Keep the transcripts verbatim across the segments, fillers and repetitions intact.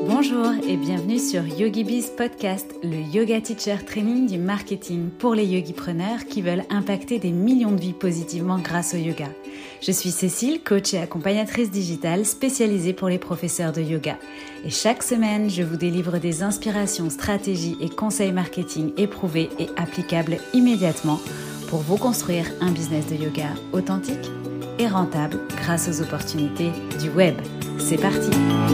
Bonjour et bienvenue sur YogiBiz Podcast, le yoga teacher training du marketing pour les yogipreneurs qui veulent impacter des millions de vies positivement grâce au yoga. Je suis Cécile, coach et accompagnatrice digitale spécialisée pour les professeurs de yoga. Et chaque semaine, je vous délivre des inspirations, stratégies et conseils marketing éprouvés et applicables immédiatement pour vous construire un business de yoga authentique et rentable grâce aux opportunités du web. C'est parti!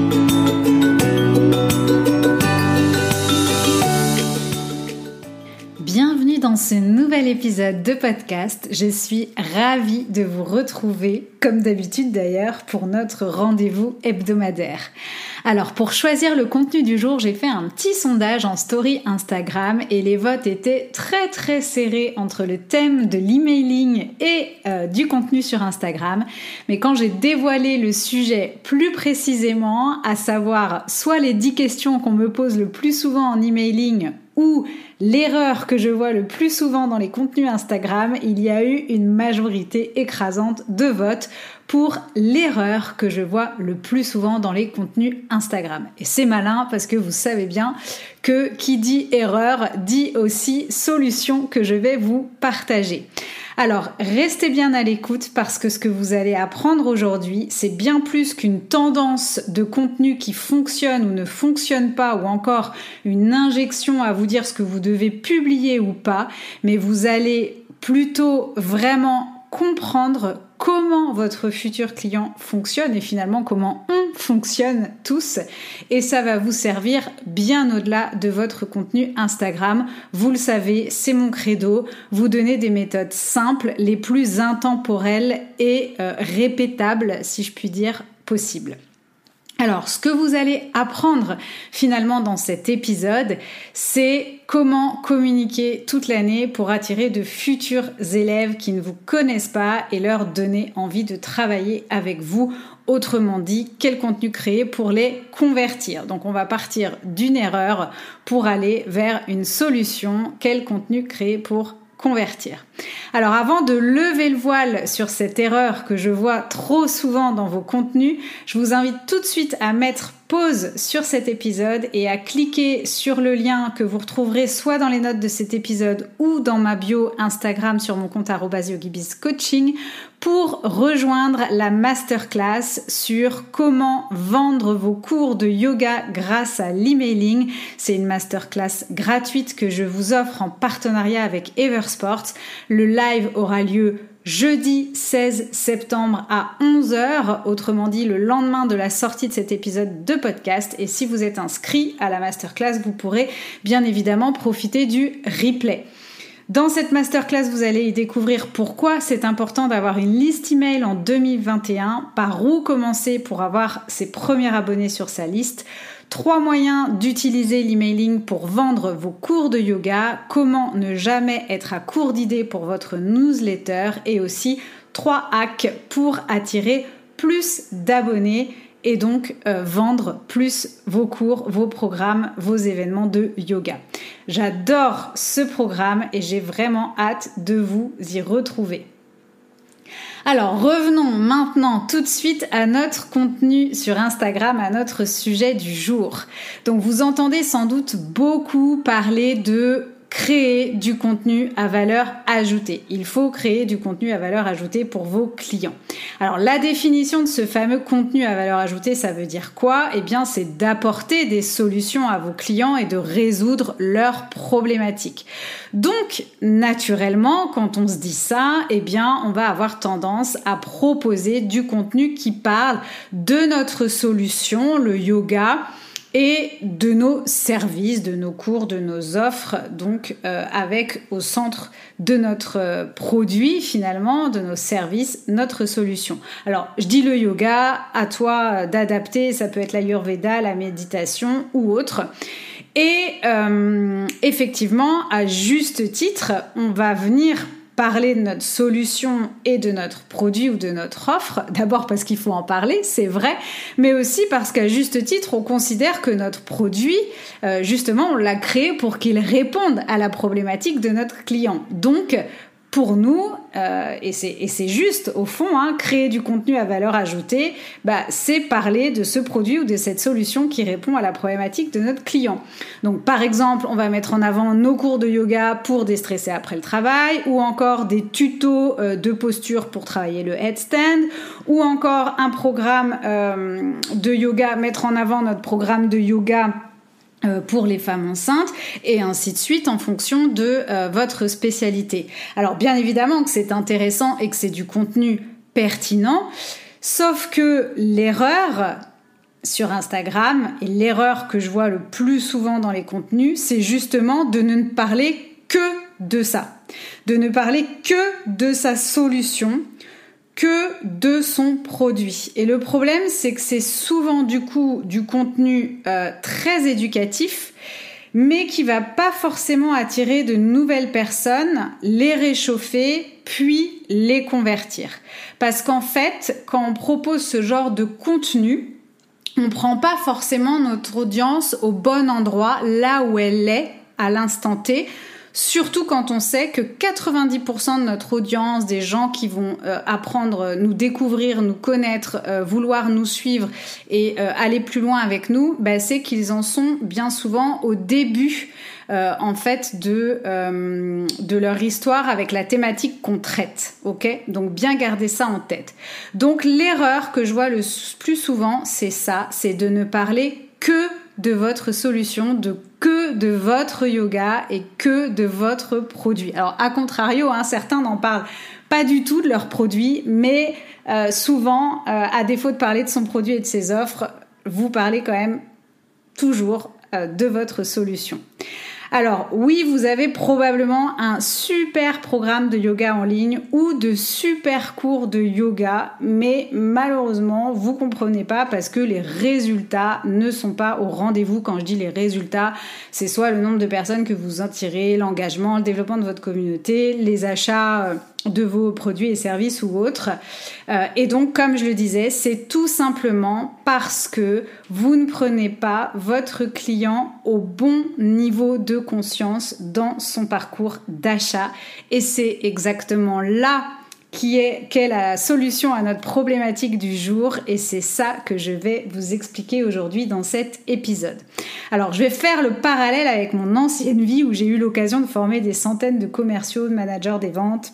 Bienvenue dans ce nouvel épisode de podcast. Je suis ravie de vous retrouver, comme d'habitude d'ailleurs, pour notre rendez-vous hebdomadaire. Alors, pour choisir le contenu du jour, j'ai fait un petit sondage en story Instagram et les votes étaient très très serrés entre le thème de l'emailing et euh, du contenu sur Instagram. Mais quand j'ai dévoilé le sujet plus précisément, à savoir soit les dix questions qu'on me pose le plus souvent en emailing ou l'erreur que je vois le plus souvent dans les contenus Instagram, il y a eu une majorité écrasante de votes pour l'erreur que je vois le plus souvent dans les contenus Instagram. Et c'est malin parce que vous savez bien que qui dit erreur dit aussi solution que je vais vous partager. Alors, restez bien à l'écoute parce que ce que vous allez apprendre aujourd'hui, c'est bien plus qu'une tendance de contenu qui fonctionne ou ne fonctionne pas ou encore une injection à vous dire ce que vous devez publier ou pas, mais vous allez plutôt vraiment comprendre comment votre futur client fonctionne et finalement comment on fonctionne tous. Et ça va vous servir bien au-delà de votre contenu Instagram. Vous le savez, c'est mon credo. Vous donner des méthodes simples, les plus intemporelles et euh, répétables, si je puis dire, possibles. Alors, ce que vous allez apprendre finalement dans cet épisode, c'est comment communiquer toute l'année pour attirer de futurs élèves qui ne vous connaissent pas et leur donner envie de travailler avec vous. Autrement dit, quel contenu créer pour les convertir. Donc, on va partir d'une erreur pour aller vers une solution. Quel contenu créer pour convertir. Alors avant de lever le voile sur cette erreur que je vois trop souvent dans vos contenus, je vous invite tout de suite à mettre pause sur cet épisode et à cliquer sur le lien que vous retrouverez soit dans les notes de cet épisode ou dans ma bio Instagram sur mon compte arobase yogibizcoaching pour rejoindre la masterclass sur comment vendre vos cours de yoga grâce à l'emailing. C'est une masterclass gratuite que je vous offre en partenariat avec Eversport. Le live aura lieu jeudi seize septembre à onze heures, autrement dit le lendemain de la sortie de cet épisode de podcast. Et si vous êtes inscrit à la masterclass, vous pourrez bien évidemment profiter du replay. Dans cette masterclass, vous allez y découvrir pourquoi c'est important d'avoir une liste email en deux mille vingt et un, par où commencer pour avoir ses premiers abonnés sur sa liste, trois moyens d'utiliser l'emailing pour vendre vos cours de yoga, comment ne jamais être à court d'idées pour votre newsletter et aussi trois hacks pour attirer plus d'abonnés et donc euh, vendre plus vos cours, vos programmes, vos événements de yoga. J'adore ce programme et j'ai vraiment hâte de vous y retrouver. Alors revenons maintenant tout de suite à notre contenu sur Instagram, à notre sujet du jour. Donc vous entendez sans doute beaucoup parler de créer du contenu à valeur ajoutée. Il faut créer du contenu à valeur ajoutée pour vos clients. Alors la définition de ce fameux contenu à valeur ajoutée, ça veut dire quoi ? Eh bien, c'est d'apporter des solutions à vos clients et de résoudre leurs problématiques. Donc, naturellement, quand on se dit ça, eh bien, on va avoir tendance à proposer du contenu qui parle de notre solution, le yoga, et de nos services, de nos cours, de nos offres, donc euh, avec au centre de notre euh, produit finalement, de nos services, notre solution. Alors je dis le yoga, à toi d'adapter, ça peut être l'ayurveda, la méditation ou autre. Et euh, effectivement, à juste titre, on va venir parler de notre solution et de notre produit ou de notre offre, d'abord parce qu'il faut en parler, c'est vrai, mais aussi parce qu'à juste titre, on considère que notre produit, euh, justement, on l'a créé pour qu'il réponde à la problématique de notre client. Donc, pour nous, euh, et, c'est, et c'est juste au fond, hein, créer du contenu à valeur ajoutée, bah, c'est parler de ce produit ou de cette solution qui répond à la problématique de notre client. Donc par exemple, on va mettre en avant nos cours de yoga pour déstresser après le travail, ou encore des tutos euh, de posture pour travailler le headstand, ou encore un programme euh, de yoga, mettre en avant notre programme de yoga pour les femmes enceintes, et ainsi de suite en fonction de euh, votre spécialité. Alors bien évidemment que c'est intéressant et que c'est du contenu pertinent, sauf que l'erreur sur Instagram, et l'erreur que je vois le plus souvent dans les contenus, c'est justement de ne parler que de ça, de ne parler que de sa solution, que de son produit. Et le problème, c'est que c'est souvent du coup du contenu euh, très éducatif, mais qui va pas forcément attirer de nouvelles personnes, les réchauffer, puis les convertir. Parce qu'en fait, quand on propose ce genre de contenu, on prend pas forcément notre audience au bon endroit, là où elle est, à l'instant T, surtout quand on sait que quatre-vingt-dix pour cent de notre audience, des gens qui vont euh, apprendre, nous découvrir, nous connaître, euh, vouloir nous suivre et euh, aller plus loin avec nous, bah, c'est qu'ils en sont bien souvent au début euh, en fait de, euh, de leur histoire avec la thématique qu'on traite. Ok ? Donc bien garder ça en tête. Donc l'erreur que je vois le plus souvent, c'est ça, c'est de ne parler que de votre solution, de que de votre yoga et que de votre produit. Alors, à contrario, hein, certains n'en parlent pas du tout de leur produit, mais euh, souvent, euh, à défaut de parler de son produit et de ses offres, vous parlez quand même toujours euh, de votre solution. Alors oui, vous avez probablement un super programme de yoga en ligne ou de super cours de yoga, mais malheureusement, vous comprenez pas parce que les résultats ne sont pas au rendez-vous. Quand je dis les résultats, c'est soit le nombre de personnes que vous en tirez, l'engagement, le développement de votre communauté, les achats de vos produits et services ou autres. Euh, et donc, comme je le disais, c'est tout simplement parce que vous ne prenez pas votre client au bon niveau de conscience dans son parcours d'achat. Et c'est exactement là qui est, qu'est la solution à notre problématique du jour. Et c'est ça que je vais vous expliquer aujourd'hui dans cet épisode. Alors, je vais faire le parallèle avec mon ancienne vie où j'ai eu l'occasion de former des centaines de commerciaux, de managers des ventes.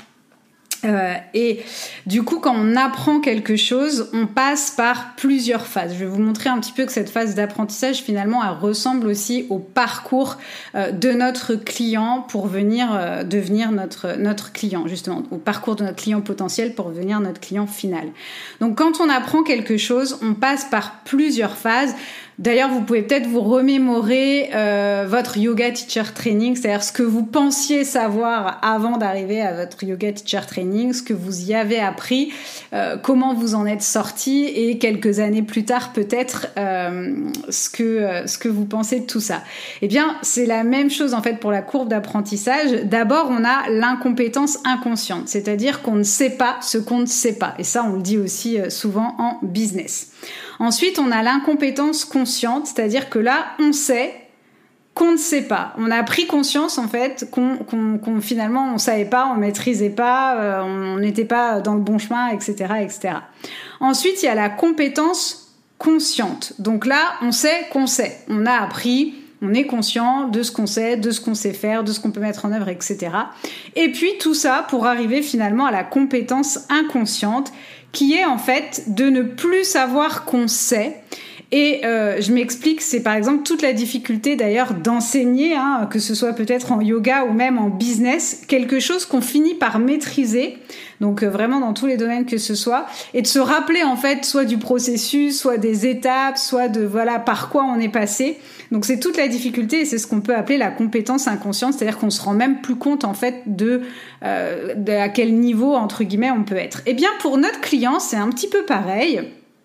Euh, et du coup, quand on apprend quelque chose, on passe par plusieurs phases. Je vais vous montrer un petit peu que cette phase d'apprentissage, finalement, elle ressemble aussi au parcours euh, de notre client pour venir euh, devenir notre, notre client, justement, au parcours de notre client potentiel pour devenir notre client final. Donc, quand on apprend quelque chose, on passe par plusieurs phases. D'ailleurs, vous pouvez peut-être vous remémorer euh, votre yoga teacher training, c'est-à-dire ce que vous pensiez savoir avant d'arriver à votre yoga teacher training, ce que vous y avez appris, euh, comment vous en êtes sorti et quelques années plus tard peut-être euh, ce que euh, ce que vous pensez de tout ça. Eh bien, c'est la même chose en fait pour la courbe d'apprentissage. D'abord, on a l'incompétence inconsciente, c'est-à-dire qu'on ne sait pas ce qu'on ne sait pas. Et ça, on le dit aussi euh, souvent en business. Ensuite, on a l'incompétence consciente, c'est-à-dire que là, on sait qu'on ne sait pas. On a pris conscience, en fait, qu'on, qu'on, qu'on finalement, on savait pas, on maîtrisait pas, euh, on n'était pas dans le bon chemin, et cetera, et cetera. Ensuite, il y a la compétence consciente. Donc là, on sait qu'on sait. On a appris, on est conscient de ce qu'on sait, de ce qu'on sait faire, de ce qu'on peut mettre en œuvre, et cetera. Et puis, tout ça pour arriver finalement à la compétence inconsciente, qui est en fait de ne plus savoir qu'on sait. Et euh, je m'explique, c'est par exemple toute la difficulté d'ailleurs d'enseigner, hein, que ce soit peut-être en yoga ou même en business, quelque chose qu'on finit par maîtriser, donc euh, vraiment dans tous les domaines que ce soit, et de se rappeler en fait soit du processus, soit des étapes, soit de voilà par quoi on est passé. Donc c'est toute la difficulté et c'est ce qu'on peut appeler la compétence inconsciente, c'est-à-dire qu'on se rend même plus compte en fait de, euh, de à quel niveau entre guillemets on peut être. Et bien pour notre client, c'est un petit peu pareil.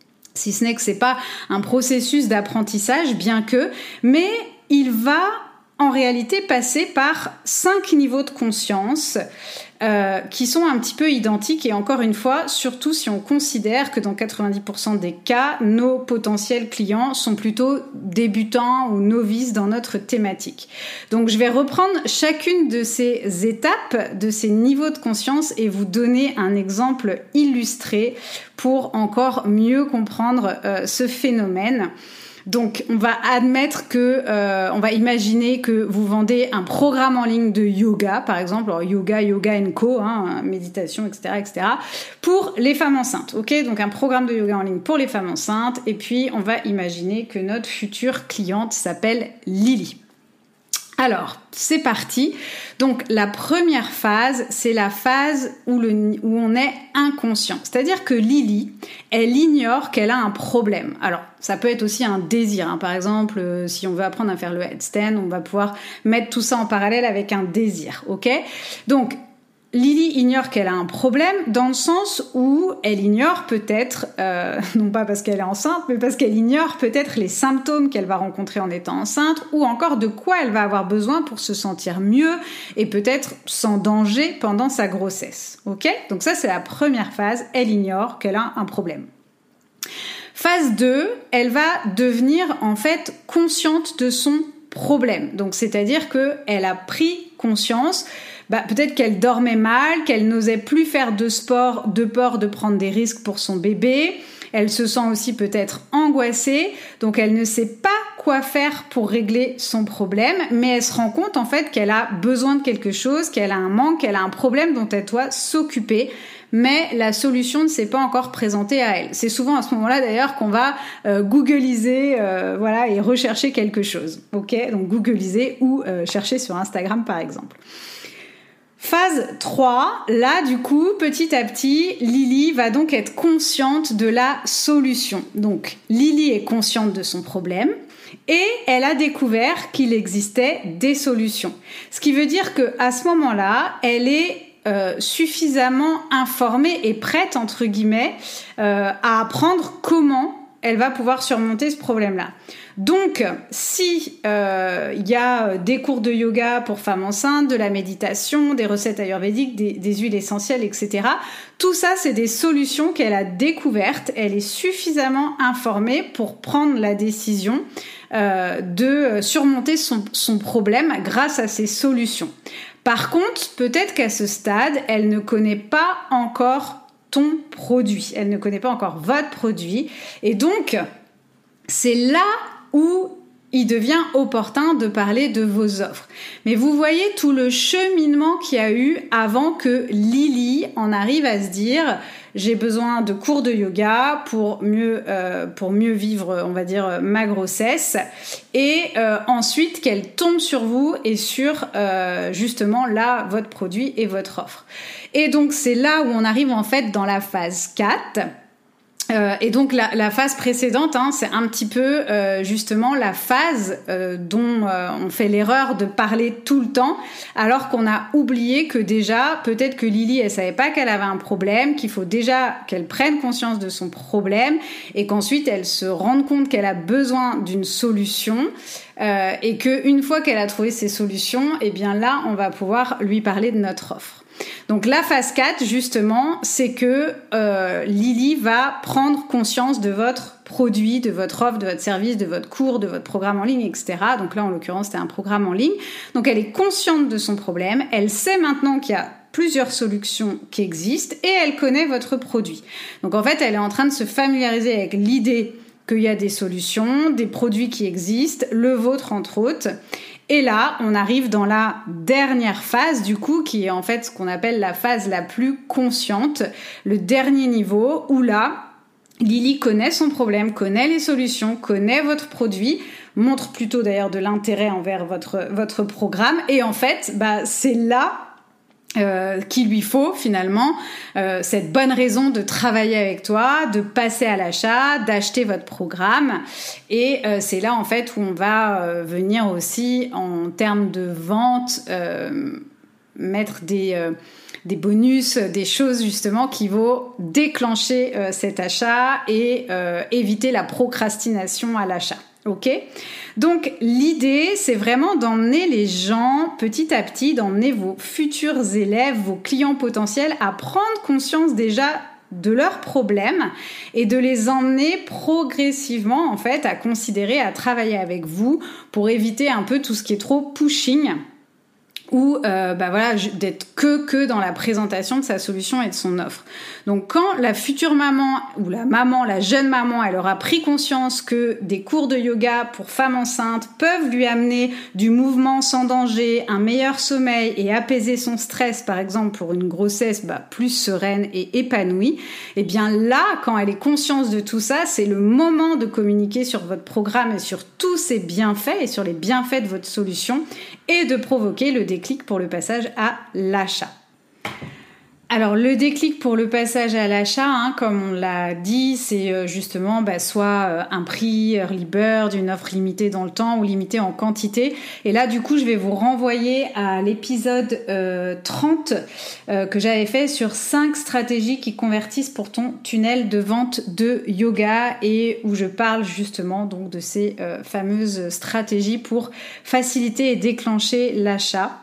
Si ce n'est que c'est pas un processus d'apprentissage, bien que, mais il va en réalité passer par cinq niveaux de conscience euh, qui sont un petit peu identiques et encore une fois, surtout si on considère que dans quatre-vingt-dix pour cent des cas, nos potentiels clients sont plutôt débutants ou novices dans notre thématique. Donc je vais reprendre chacune de ces étapes, de ces niveaux de conscience et vous donner un exemple illustré pour encore mieux comprendre euh, ce phénomène. Donc, on va admettre que, euh, on va imaginer que vous vendez un programme en ligne de yoga, par exemple, alors yoga, yoga and co, hein, méditation, et cetera, et cetera, pour les femmes enceintes, ok ? Donc, un programme de yoga en ligne pour les femmes enceintes. Et puis, on va imaginer que notre future cliente s'appelle Lily. Alors, c'est parti. Donc, la première phase, c'est la phase où, le, où on est inconscient. C'est-à-dire que Lily, elle ignore qu'elle a un problème. Alors, ça peut être aussi un désir. Hein. Par exemple, euh, si on veut apprendre à faire le headstand, on va pouvoir mettre tout ça en parallèle avec un désir, ok ? Donc, Lily ignore qu'elle a un problème dans le sens où elle ignore peut-être, euh, non pas parce qu'elle est enceinte, mais parce qu'elle ignore peut-être les symptômes qu'elle va rencontrer en étant enceinte ou encore de quoi elle va avoir besoin pour se sentir mieux et peut-être sans danger pendant sa grossesse. Ok ? Donc ça, c'est la première phase. Elle ignore qu'elle a un problème. Phase deux, elle va devenir en fait consciente de son problème. Donc c'est-à-dire qu'elle a pris conscience. Bah, peut-être qu'elle dormait mal, qu'elle n'osait plus faire de sport de peur de prendre des risques pour son bébé. Elle se sent aussi peut-être angoissée, donc elle ne sait pas quoi faire pour régler son problème, mais elle se rend compte en fait qu'elle a besoin de quelque chose, qu'elle a un manque, qu'elle a un problème dont elle doit s'occuper. Mais la solution ne s'est pas encore présentée à elle. C'est souvent à ce moment-là d'ailleurs qu'on va euh, googliser euh, voilà, et rechercher quelque chose. Ok ? Donc googliser ou euh, chercher sur Instagram par exemple. Phase trois, là du coup, petit à petit, Lily va donc être consciente de la solution. Donc Lily est consciente de son problème et elle a découvert qu'il existait des solutions. Ce qui veut dire qu'à ce moment-là, elle est euh, suffisamment informée et prête, entre guillemets, euh, à apprendre comment elle va pouvoir surmonter ce problème-là. Donc, si euh, y a des cours de yoga pour femmes enceintes, de la méditation, des recettes ayurvédiques, des, des huiles essentielles, et cetera, tout ça, c'est des solutions qu'elle a découvertes. Elle est suffisamment informée pour prendre la décision euh, de surmonter son, son problème grâce à ces solutions. Par contre, peut-être qu'à ce stade, elle ne connaît pas encore ton produit. Elle ne connaît pas encore votre produit. Et donc, c'est là où il devient opportun de parler de vos offres. Mais vous voyez tout le cheminement qu'il y a eu avant que Lily en arrive à se dire « j'ai besoin de cours de yoga pour mieux, euh, pour mieux vivre, on va dire, ma grossesse » et euh, ensuite qu'elle tombe sur vous et sur euh, justement là, votre produit et votre offre. Et donc, c'est là où on arrive en fait dans la phase quatre. Euh, et donc la, la phase précédente, hein, c'est un petit peu euh, justement la phase euh, dont euh, on fait l'erreur de parler tout le temps, alors qu'on a oublié que déjà, peut-être que Lily, elle savait pas qu'elle avait un problème, qu'il faut déjà qu'elle prenne conscience de son problème et qu'ensuite elle se rende compte qu'elle a besoin d'une solution euh, et qu'une fois qu'elle a trouvé ces solutions, eh bien là, on va pouvoir lui parler de notre offre. Donc la phase quatre, justement, c'est que euh, Lily va prendre conscience de votre produit, de votre offre, de votre service, de votre cours, de votre programme en ligne, et cetera. Donc là, en l'occurrence, c'était un programme en ligne. Donc elle est consciente de son problème, elle sait maintenant qu'il y a plusieurs solutions qui existent et elle connaît votre produit. Donc en fait, elle est en train de se familiariser avec l'idée qu'il y a des solutions, des produits qui existent, le vôtre entre autres. Et là, on arrive dans la dernière phase, du coup, qui est en fait ce qu'on appelle la phase la plus consciente, le dernier niveau, où là, Lily connaît son problème, connaît les solutions, connaît votre produit, montre plutôt d'ailleurs de l'intérêt envers votre, votre programme. Et en fait, bah, c'est là Euh, qu'il lui faut finalement euh, cette bonne raison de travailler avec toi, de passer à l'achat, d'acheter votre programme. Et euh, c'est là en fait où on va euh, venir aussi en termes de vente euh, mettre des euh, des bonus, des choses justement qui vont déclencher euh, cet achat et euh, éviter la procrastination à l'achat. Ok ? Donc l'idée, c'est vraiment d'emmener les gens petit à petit, d'emmener vos futurs élèves, vos clients potentiels à prendre conscience déjà de leurs problèmes et de les emmener progressivement en fait à considérer, à travailler avec vous pour éviter un peu tout ce qui est trop pushing ou euh, bah voilà, d'être que que dans la présentation de sa solution et de son offre. Donc quand la future maman ou la maman, la jeune maman, elle aura pris conscience que des cours de yoga pour femmes enceintes peuvent lui amener du mouvement sans danger, un meilleur sommeil et apaiser son stress, par exemple pour une grossesse bah, plus sereine et épanouie, et bien là, quand elle est consciente de tout ça, c'est le moment de communiquer sur votre programme et sur tous ses bienfaits et sur les bienfaits de votre solution et de provoquer le déclic pour le passage à l'achat. Alors le déclic pour le passage à l'achat, hein, comme on l'a dit, c'est justement bah, soit un prix early bird, une offre limitée dans le temps ou limitée en quantité. Et là du coup je vais vous renvoyer à l'épisode euh, trente euh, que j'avais fait sur cinq stratégies qui convertissent pour ton tunnel de vente de yoga et où je parle justement donc de ces euh, fameuses stratégies pour faciliter et déclencher l'achat.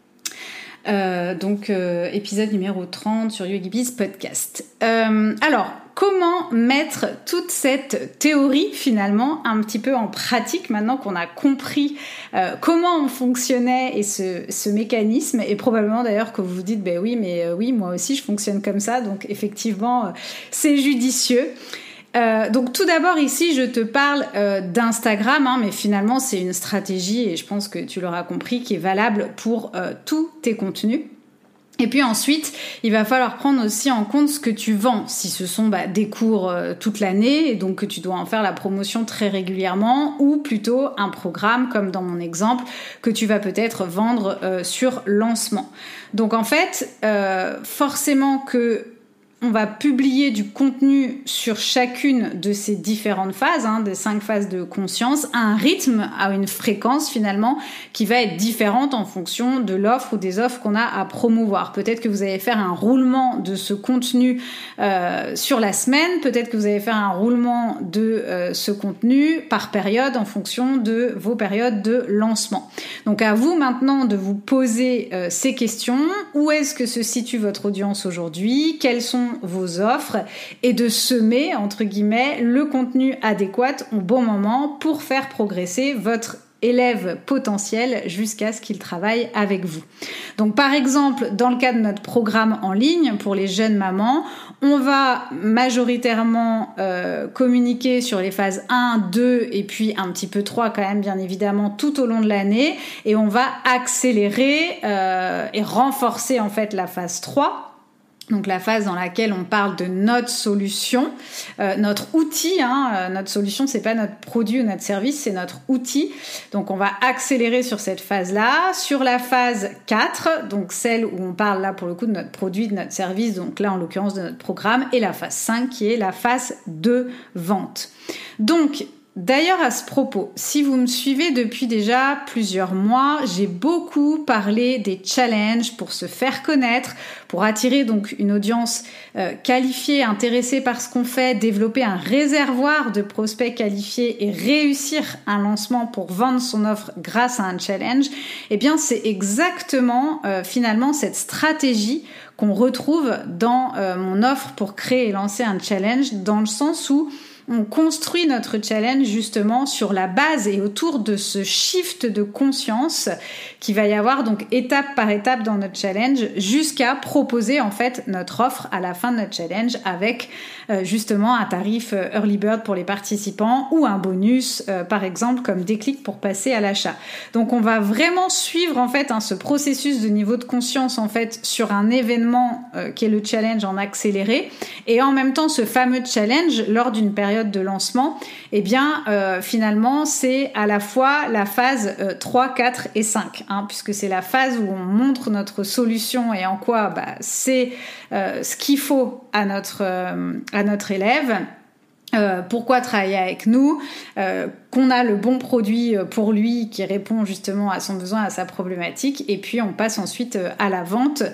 Euh, donc euh, épisode numéro trente sur YogiBiz podcast. Euh, alors, comment mettre toute cette théorie finalement un petit peu en pratique maintenant qu'on a compris euh, comment on fonctionnait et ce, ce mécanisme, et probablement d'ailleurs que vous vous dites ben oui mais euh, oui moi aussi je fonctionne comme ça, donc effectivement euh, c'est judicieux. Euh, donc tout d'abord ici je te parle euh, d'Instagram, hein, mais finalement c'est une stratégie et je pense que tu l'auras compris qui est valable pour euh, tous tes contenus. Et puis ensuite, il va falloir prendre aussi en compte ce que tu vends. Si ce sont bah, des cours euh, toute l'année, et donc que tu dois en faire la promotion très régulièrement, ou plutôt un programme, comme dans mon exemple, que tu vas peut-être vendre euh, sur lancement. Donc en fait, euh, forcément que on va publier du contenu sur chacune de ces différentes phases, hein, des cinq phases de conscience, à un rythme, à une fréquence finalement qui va être différente en fonction de l'offre ou des offres qu'on a à promouvoir. Peut-être que vous allez faire un roulement de ce contenu euh, sur la semaine, peut-être que vous allez faire un roulement de euh, ce contenu par période en fonction de vos périodes de lancement. Donc à vous maintenant de vous poser euh, ces questions. Où est-ce que se situe votre audience aujourd'hui ? Quelles sont vos offres et de semer, entre guillemets, le contenu adéquat au bon moment pour faire progresser votre élève potentiel jusqu'à ce qu'il travaille avec vous. Donc par exemple, dans le cas de notre programme en ligne pour les jeunes mamans, on va majoritairement euh, communiquer sur les phases un, deux et puis un petit peu trois quand même bien évidemment tout au long de l'année, et on va accélérer euh, et renforcer en fait la phase trois. Donc la phase dans laquelle on parle de notre solution, euh, notre outil, hein, euh, notre solution c'est pas notre produit ou notre service, c'est notre outil. Donc on va accélérer sur cette phase-là. Sur la phase quatre, donc celle où on parle là pour le coup de notre produit, de notre service, donc là en l'occurrence de notre programme, et la phase cinq qui est la phase de vente. Donc d'ailleurs, à ce propos, si vous me suivez depuis déjà plusieurs mois, j'ai beaucoup parlé des challenges pour se faire connaître, pour attirer donc une audience euh, qualifiée, intéressée par ce qu'on fait, développer un réservoir de prospects qualifiés et réussir un lancement pour vendre son offre grâce à un challenge. Eh bien, c'est exactement euh, finalement cette stratégie qu'on retrouve dans euh, mon offre pour créer et lancer un challenge, dans le sens où on construit notre challenge justement sur la base et autour de ce shift de conscience qui va y avoir donc étape par étape dans notre challenge jusqu'à proposer en fait notre offre à la fin de notre challenge avec euh, justement un tarif euh, early bird pour les participants ou un bonus euh, par exemple comme déclic pour passer à l'achat. Donc on va vraiment suivre en fait hein, ce processus de niveau de conscience en fait sur un événement euh, qui est le challenge en accéléré, et en même temps ce fameux challenge lors d'une période de lancement, eh bien euh, finalement c'est à la fois la phase euh, trois, quatre et cinq, hein, puisque c'est la phase où on montre notre solution et en quoi bah, c'est euh, ce qu'il faut à notre, euh, à notre élève. Euh, pourquoi travailler avec nous, euh, qu'on a le bon produit pour lui qui répond justement à son besoin, à sa problématique, et puis on passe ensuite à la vente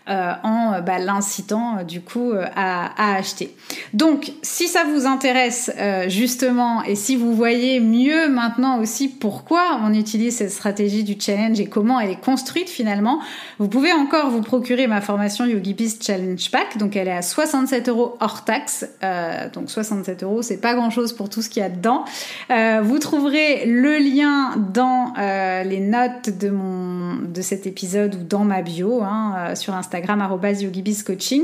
euh, en bah, l'incitant euh, du coup euh, à, à acheter. Donc si ça vous intéresse euh, justement et si vous voyez mieux maintenant aussi pourquoi on utilise cette stratégie du challenge et comment elle est construite finalement, vous pouvez encore vous procurer ma formation YogiBiz Challenge Pack. Donc elle est à soixante-sept euros hors taxe. Euh, donc soixante-sept euros, c'est pas grand chose pour tout ce qu'il y a dedans. Euh, vous trouverez le lien dans euh, les notes de mon de cet épisode ou dans ma bio hein, euh, sur Instagram arobase yogibizcoaching.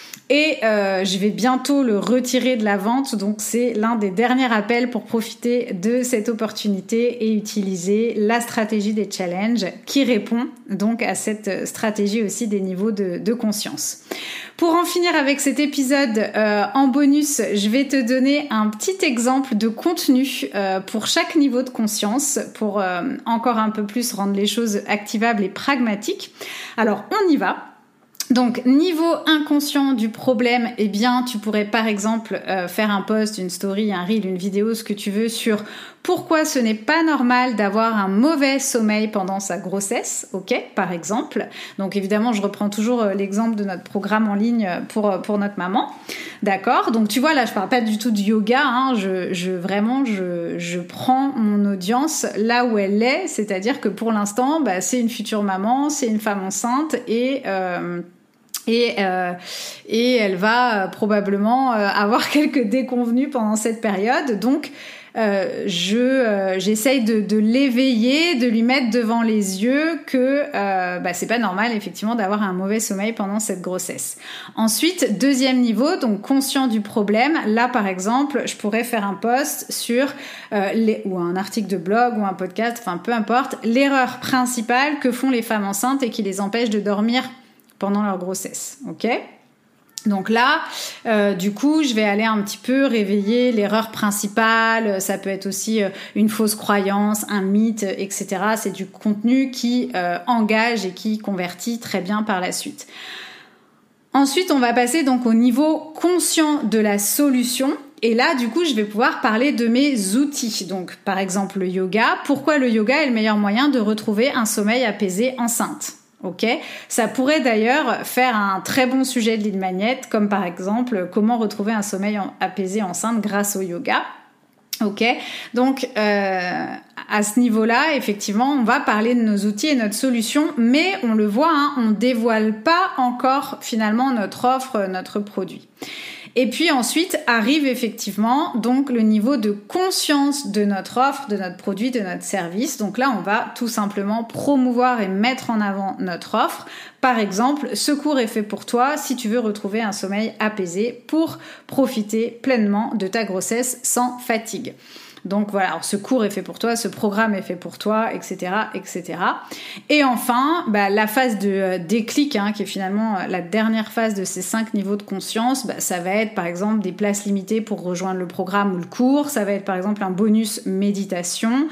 Et euh, je vais bientôt le retirer de la vente, donc c'est l'un des derniers appels pour profiter de cette opportunité et utiliser la stratégie des challenges qui répond donc à cette stratégie aussi des niveaux de, de conscience. Pour en finir avec cet épisode euh, en bonus, je vais te donner un petit exemple de contenu euh, pour chaque niveau de conscience pour euh, encore un peu plus rendre les choses activables et pragmatiques. Alors on y va. Donc, niveau inconscient du problème, eh bien, tu pourrais par exemple euh, faire un post, une story, un reel, une vidéo, ce que tu veux sur pourquoi ce n'est pas normal d'avoir un mauvais sommeil pendant sa grossesse, ok, par exemple. Donc, évidemment, je reprends toujours euh, l'exemple de notre programme en ligne pour euh, pour notre maman, d'accord. Donc, tu vois, là, je parle pas du tout de yoga, hein, je, je vraiment, je, je prends mon audience là où elle est, c'est-à-dire que pour l'instant, bah, c'est une future maman, c'est une femme enceinte et euh, Et, euh, et elle va euh, probablement euh, avoir quelques déconvenues pendant cette période. Donc, euh, je euh, j'essaye de, de l'éveiller, de lui mettre devant les yeux que euh, bah, c'est pas normal effectivement d'avoir un mauvais sommeil pendant cette grossesse. Ensuite, deuxième niveau, donc conscient du problème. Là, par exemple, je pourrais faire un post sur euh, les, ou un article de blog ou un podcast, enfin peu importe, l'erreur principale que font les femmes enceintes et qui les empêche de dormir pendant leur grossesse, ok ? Donc là, euh, du coup, je vais aller un petit peu réveiller l'erreur principale. Ça peut être aussi euh, une fausse croyance, un mythe, et cetera. C'est du contenu qui euh, engage et qui convertit très bien par la suite. Ensuite, on va passer donc au niveau conscient de la solution. Et là, du coup, je vais pouvoir parler de mes outils. Donc, par exemple, le yoga. Pourquoi le yoga est le meilleur moyen de retrouver un sommeil apaisé enceinte ? Ok, ça pourrait d'ailleurs faire un très bon sujet de Lead Magnet, comme par exemple comment retrouver un sommeil apaisé enceinte grâce au yoga. Ok, donc euh, à ce niveau-là, effectivement, on va parler de nos outils et notre solution, mais on le voit, hein, on dévoile pas encore finalement notre offre, notre produit. Et puis ensuite arrive effectivement donc le niveau de conscience de notre offre, de notre produit, de notre service. Donc là, on va tout simplement promouvoir et mettre en avant notre offre. Par exemple, ce cours est fait pour toi si tu veux retrouver un sommeil apaisé pour profiter pleinement de ta grossesse sans fatigue. Donc voilà, alors ce cours est fait pour toi, ce programme est fait pour toi, et cetera, et cetera. Et enfin, bah, la phase de euh, déclic, hein, qui est finalement euh, la dernière phase de ces cinq niveaux de conscience, bah, ça va être par exemple des places limitées pour rejoindre le programme ou le cours, ça va être par exemple un bonus méditation.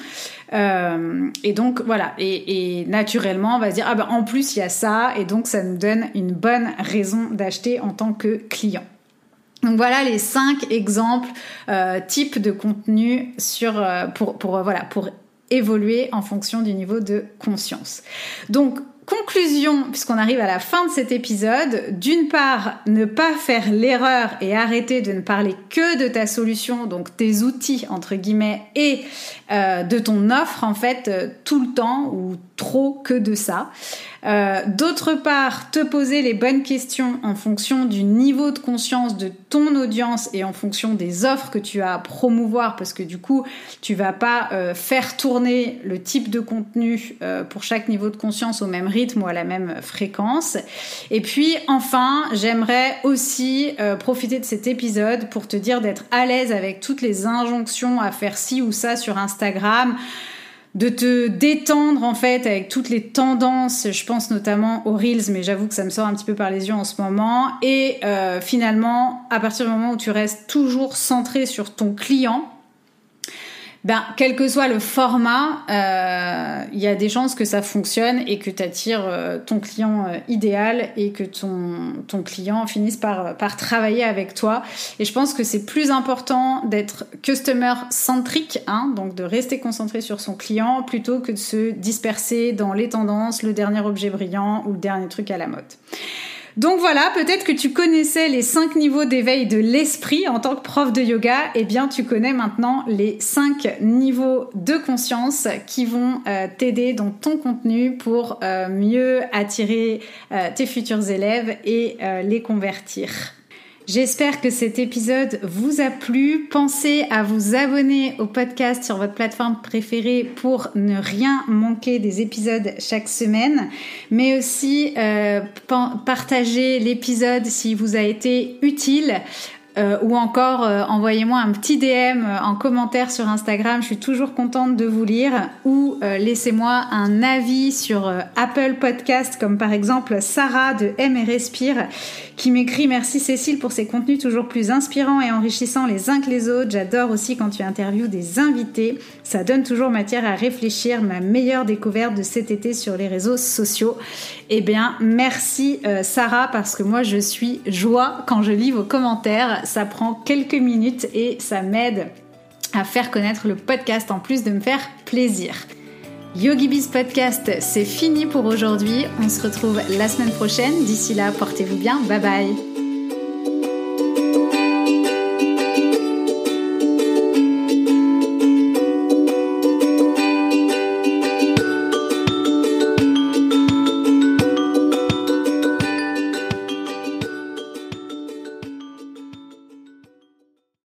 Euh, et donc voilà, et, et naturellement, on va se dire, ah bah en plus il y a ça, et donc ça nous donne une bonne raison d'acheter en tant que client. Donc voilà les cinq exemples euh, types de contenu sur euh, pour pour euh, voilà pour évoluer en fonction du niveau de conscience. Donc conclusion, puisqu'on arrive à la fin de cet épisode, d'une part, ne pas faire l'erreur et arrêter de ne parler que de ta solution, donc tes outils entre guillemets, et euh, de ton offre en fait euh, tout le temps ou trop que de ça. Euh, d'autre part, te poser les bonnes questions en fonction du niveau de conscience de ton audience et en fonction des offres que tu as à promouvoir, parce que du coup, tu vas pas euh, faire tourner le type de contenu euh, pour chaque niveau de conscience au même rythme ou à la même fréquence. Et puis, enfin, j'aimerais aussi euh, profiter de cet épisode pour te dire d'être à l'aise avec toutes les injonctions à faire ci ou ça sur Instagram, de te détendre en fait avec toutes les tendances, je pense notamment aux Reels, mais j'avoue que ça me sort un petit peu par les yeux en ce moment, et euh, finalement, à partir du moment où tu restes toujours centré sur ton client, ben, quel que soit le format, euh, il y a des chances que ça fonctionne et que tu attires euh, ton client euh, idéal et que ton, ton client finisse par, par travailler avec toi. Et je pense que c'est plus important d'être customer-centric, hein, donc de rester concentré sur son client plutôt que de se disperser dans les tendances, le dernier objet brillant ou le dernier truc à la mode. Donc voilà, peut-être que tu connaissais les cinq niveaux d'éveil de l'esprit en tant que prof de yoga, eh bien tu connais maintenant les cinq niveaux de conscience qui vont euh, t'aider dans ton contenu pour euh, mieux attirer euh, tes futurs élèves et euh, les convertir. J'espère que cet épisode vous a plu. Pensez à vous abonner au podcast sur votre plateforme préférée pour ne rien manquer des épisodes chaque semaine, mais aussi euh, partager l'épisode s'il vous a été utile. Euh, ou encore euh, envoyez-moi un petit D M en commentaire sur Instagram, je suis toujours contente de vous lire, ou euh, laissez-moi un avis sur euh, Apple Podcast, comme par exemple Sarah de Aime et Respire qui m'écrit: merci Cécile pour ces contenus toujours plus inspirants et enrichissants les uns que les autres, j'adore aussi quand tu interviews des invités, ça donne toujours matière à réfléchir, ma meilleure découverte de cet été sur les réseaux sociaux. Eh bien merci euh, Sarah, parce que moi je suis joie quand je lis vos commentaires. Ça prend quelques minutes et ça m'aide à faire connaître le podcast en plus de me faire plaisir. YogiBiz Podcast, c'est fini pour aujourd'hui. On se retrouve la semaine prochaine. D'ici là, portez-vous bien. Bye bye.